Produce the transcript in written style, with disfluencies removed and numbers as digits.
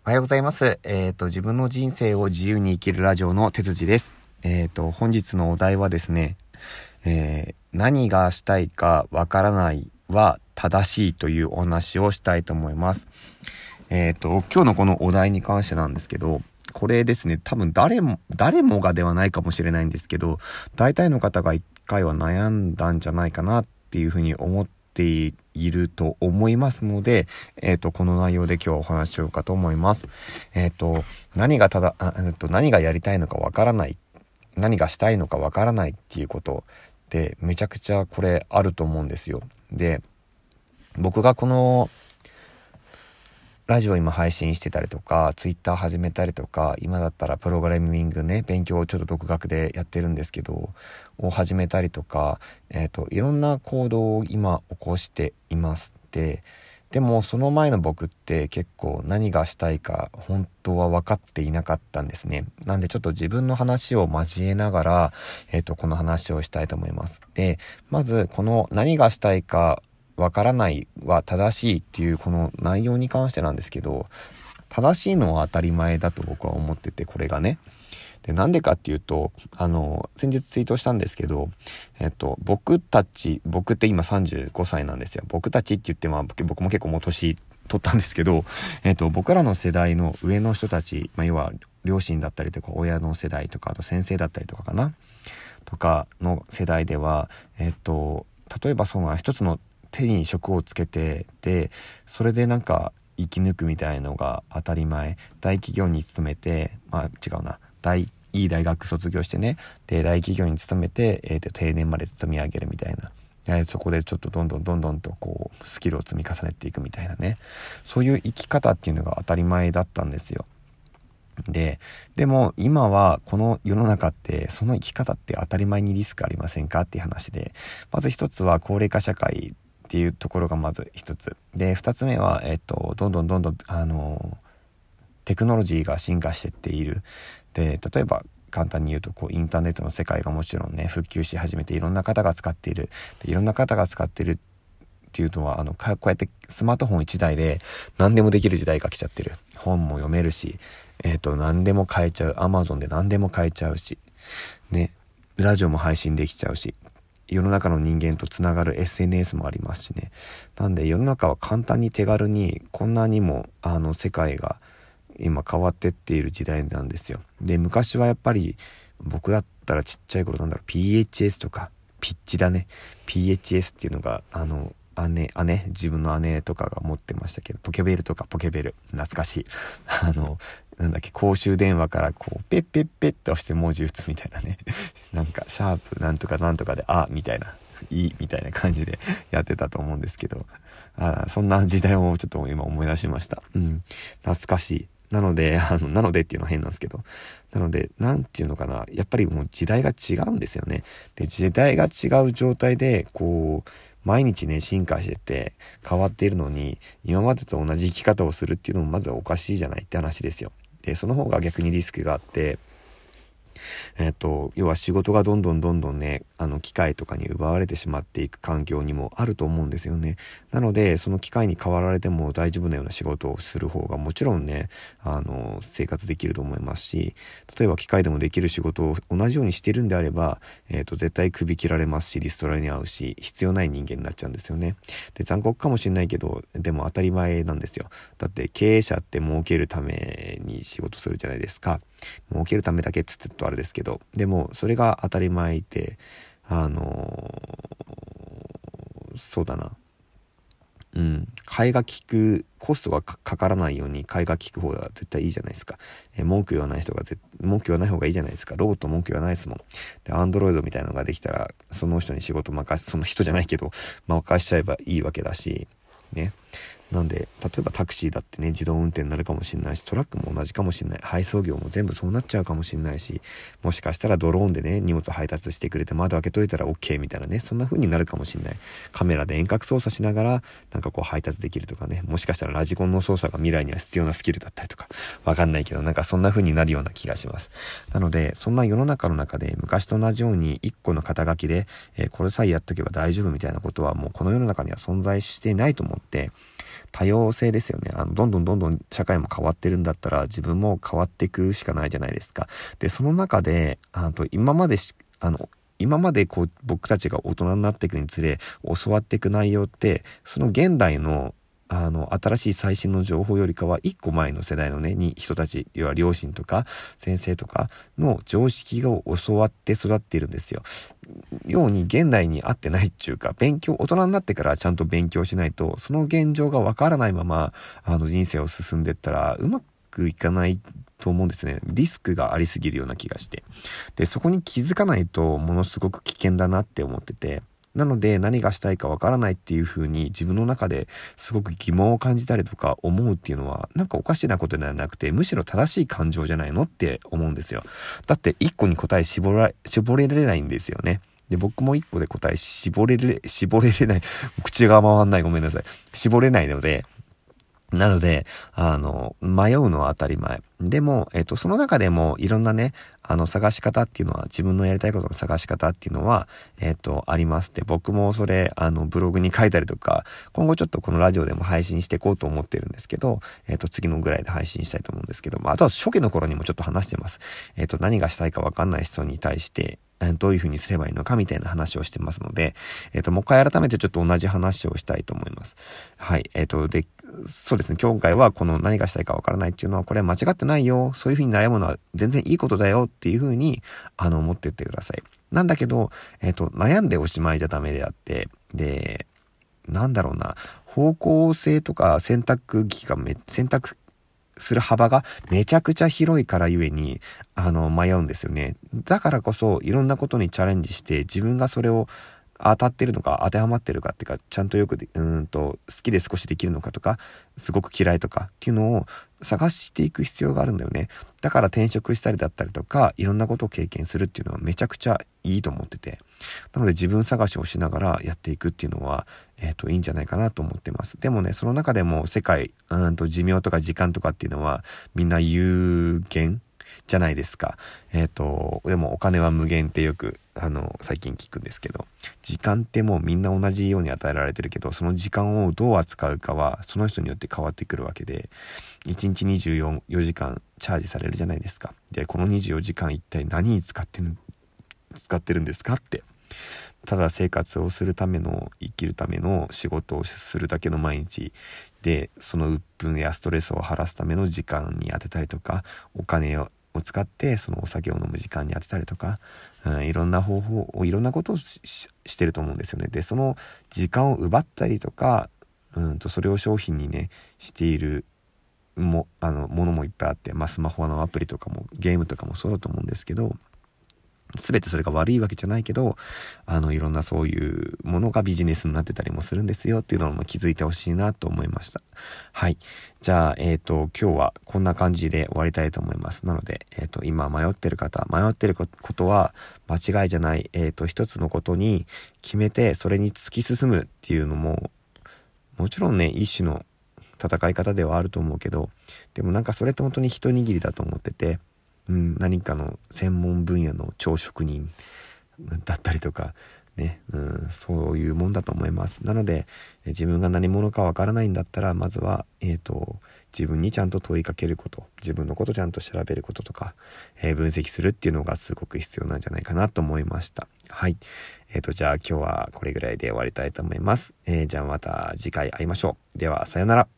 おはようございます。自分の人生を自由に生きるラジオの哲司です。本日のお題はですね、何がしたいかわからないは正しいというお話をしたいと思います。今日のこのお題に関してなんですけど、これですね、多分誰もがではないかもしれないんですけど、大体の方が一回は悩んだんじゃないかなっていうふうに思っていると思いますので、この内容で今日はお話ししようかと思います。何がやりたいのかわからない、何がしたいのかわからないっていうことってめちゃくちゃこれあると思うんですよ。で、僕がこのラジオ今配信してたりとか、ツイッター始めたりとか、今だったらプログラミングね、勉強をちょっと独学でやってるんですけど、を始めたりとか、いろんな行動を今起こしています。でもその前の僕って結構何がしたいか本当は分かっていなかったんですね。なんでちょっと自分の話を交えながら、この話をしたいと思います。で、まずこの何がしたいかわからないは正しいっていうこの内容に関してなんですけど、正しいのは当たり前だと僕は思ってて、これがね。で、なんでかっていうと、先日ツイートしたんですけど、僕って今35歳なんですよ。僕たちって言って僕も結構もう年取ったんですけど、僕らの世代の上の人たち、要は両親だったりとか親の世代とか、あと先生だったりとかかなとかの世代では、例えばその一つの手に職をつけて、でそれでなんか生き抜くみたいのが当たり前。大企業に勤めて、いい大学卒業してね、で大企業に勤めて、定年まで勤め上げるみたいな、そこでちょっとどんどんとこうスキルを積み重ねていくみたいなね、そういう生き方っていうのが当たり前だったんですよ。でも今はこの世の中ってその生き方って当たり前にリスクありませんかっていう話で、まず一つは高齢化社会っていうところがまず一つで、二つ目はどんどんテクノロジーが進化していっている。で、例えば簡単に言うとインターネットの世界がもちろんね普及し始めて、いろんな方が使っている。で、いろんな方が使っているっていうのはこうやってスマートフォン1台で何でもできる時代が来ちゃってる。本も読めるし、何でも買えちゃう。Amazon で何でも買えちゃうしね、ラジオも配信できちゃうし、世の中の人間とつながる SNS もありますしね。なんで世の中は簡単に手軽にこんなにも世界が今変わってっている時代なんですよ。で、昔はやっぱり僕だったらちっちゃい頃PHS とかピッチだね、 PHS っていうのが自分の姉とかが持ってましたけど、ポケベル懐かしい公衆電話からペッペッペッと押して文字打つみたいなねなんかシャープなんとかなんとかでみたいないいみたいな感じでやってたと思うんですけど、そんな時代をちょっと今思い出しました。懐かしい。なのでっていうのは変なんですけど、なのでなんていうのかな、やっぱりもう時代が違うんですよね。で、時代が違う状態で毎日ね進化してて変わっているのに、今までと同じ生き方をするっていうのもまずはおかしいじゃないって話ですよ。で、その方が逆にリスクがあって、要は仕事がどんどんね機械とかに奪われてしまっていく環境にもあると思うんですよね。なのでその機械に変わられても大丈夫なような仕事をする方がもちろんね生活できると思いますし、例えば機械でもできる仕事を同じようにしてるんであれば、絶対首切られますし、リストラに遭うし、必要ない人間になっちゃうんですよね。で、残酷かもしれないけどでも当たり前なんですよ。だって経営者って儲けるために仕事するじゃないですか。儲けるためだけっつってとあれですけど、でもそれが当たり前で、そうだな、替えが利く、コストがかからないように替えが利く方が絶対いいじゃないですか。文句言わない方がいいじゃないですか。ロボット文句言わないですもん。で、アンドロイドみたいなのができたらその人に仕事その人じゃないけど任しちゃえばいいわけだしね。なんで例えばタクシーだってね自動運転になるかもしれないし、トラックも同じかもしれない、配送業も全部そうなっちゃうかもしれないし、もしかしたらドローンでね荷物配達してくれて窓開けといたら OK みたいなね、そんな風になるかもしれない。カメラで遠隔操作しながら配達できるとかね、もしかしたらラジコンの操作が未来には必要なスキルだったりとか、わかんないけどそんな風になるような気がします。なのでそんな世の中の中で昔と同じように一個の肩書きで、これさえやっとけば大丈夫みたいなことはもうこの世の中には存在していないと思って、 多様性ですよね。どんどん社会も変わってるんだったら自分も変わっていくしかないじゃないですか。で、その中で、今までこう僕たちが大人になっていくにつれ教わっていく内容って、その現代の新しい最新の情報よりかは一個前の世代のね人たち、要は両親とか先生とかの常識を教わって育っているんですよ。ように現代に合ってないっていうか、大人になってからちゃんと勉強しないと、その現状がわからないまま人生を進んでいったらうまくいかないと思うんですね。リスクがありすぎるような気がして、でそこに気づかないとものすごく危険だなって思ってて、なので何がしたいかわからないっていう風に自分の中ですごく疑問を感じたりとか思うっていうのは、なんかおかしなことではなくて、むしろ正しい感情じゃないのって思うんですよ。だって一個に答え絞れられないんですよね。で、僕も一個で答え絞れれない口が回んない、ごめんなさい、絞れないので、迷うのは当たり前。でも、その中でもいろんなね、探し方っていうのは、自分のやりたいことの探し方っていうのは、あります。で、僕もそれ、ブログに書いたりとか、今後ちょっとこのラジオでも配信していこうと思ってるんですけど、次のぐらいで配信したいと思うんですけど、あとは初期の頃にもちょっと話してます。何がしたいかわかんない人に対して、どういうふうにすればいいのかみたいな話をしてますので、もう一回改めてちょっと同じ話をしたいと思います。はい。で、そうですね。今回はこの何がしたいかわからないっていうのは、これは間違ってないよ。そういうふうに悩むのは全然いいことだよっていうふうに、思ってってください。なんだけど、悩んでおしまいじゃダメであって、で、方向性とか選択する幅がめちゃくちゃ広いからゆえに迷うんですよね。だからこそいろんなことにチャレンジして、自分がそれを当たってるのか当てはまってるかっていうか、ちゃんとよく好きで少しできるのかとか、すごく嫌いとかっていうのを探していく必要があるんだよね。だから転職したりだったりとか、いろんなことを経験するっていうのはめちゃくちゃいいと思ってて、なので自分探しをしながらやっていくっていうのは、いいんじゃないかなと思ってます。でもね、その中でも寿命とか時間とかっていうのはみんな有限じゃないですか。でもお金は無限ってよく最近聞くんですけど、時間ってもうみんな同じように与えられてるけど、その時間をどう扱うかはその人によって変わってくるわけで、1日24時間チャージされるじゃないですか。で、この24時間一体何に使ってるんですかって。ただ生活をするための、生きるための仕事をするだけの毎日で、その鬱憤やストレスを晴らすための時間に当てたりとか、お金を使ってそのお酒を飲む時間に当てたりとか、いろんなことをしてると思うんですよね。で、その時間を奪ったりとか、それを商品にねしているものもいっぱいあって、スマホのアプリとかもゲームとかもそうだと思うんですけど、全てそれが悪いわけじゃないけど、いろんなそういうものがビジネスになってたりもするんですよっていうのも気づいてほしいなと思いました。はい。じゃあ、今日はこんな感じで終わりたいと思います。なので、今迷ってることは間違いじゃない。一つのことに決めてそれに突き進むっていうのも、もちろんね、一種の戦い方ではあると思うけど、でもそれって本当に一握りだと思ってて、何かの専門分野の超職人だったりとかね、そういうもんだと思います。なので自分が何者かわからないんだったら、まずは自分にちゃんと問いかけること、自分のことちゃんと調べることとか、分析するっていうのがすごく必要なんじゃないかなと思いました。はい。じゃあ今日はこれぐらいで終わりたいと思います。じゃあまた次回会いましょう。ではさよなら。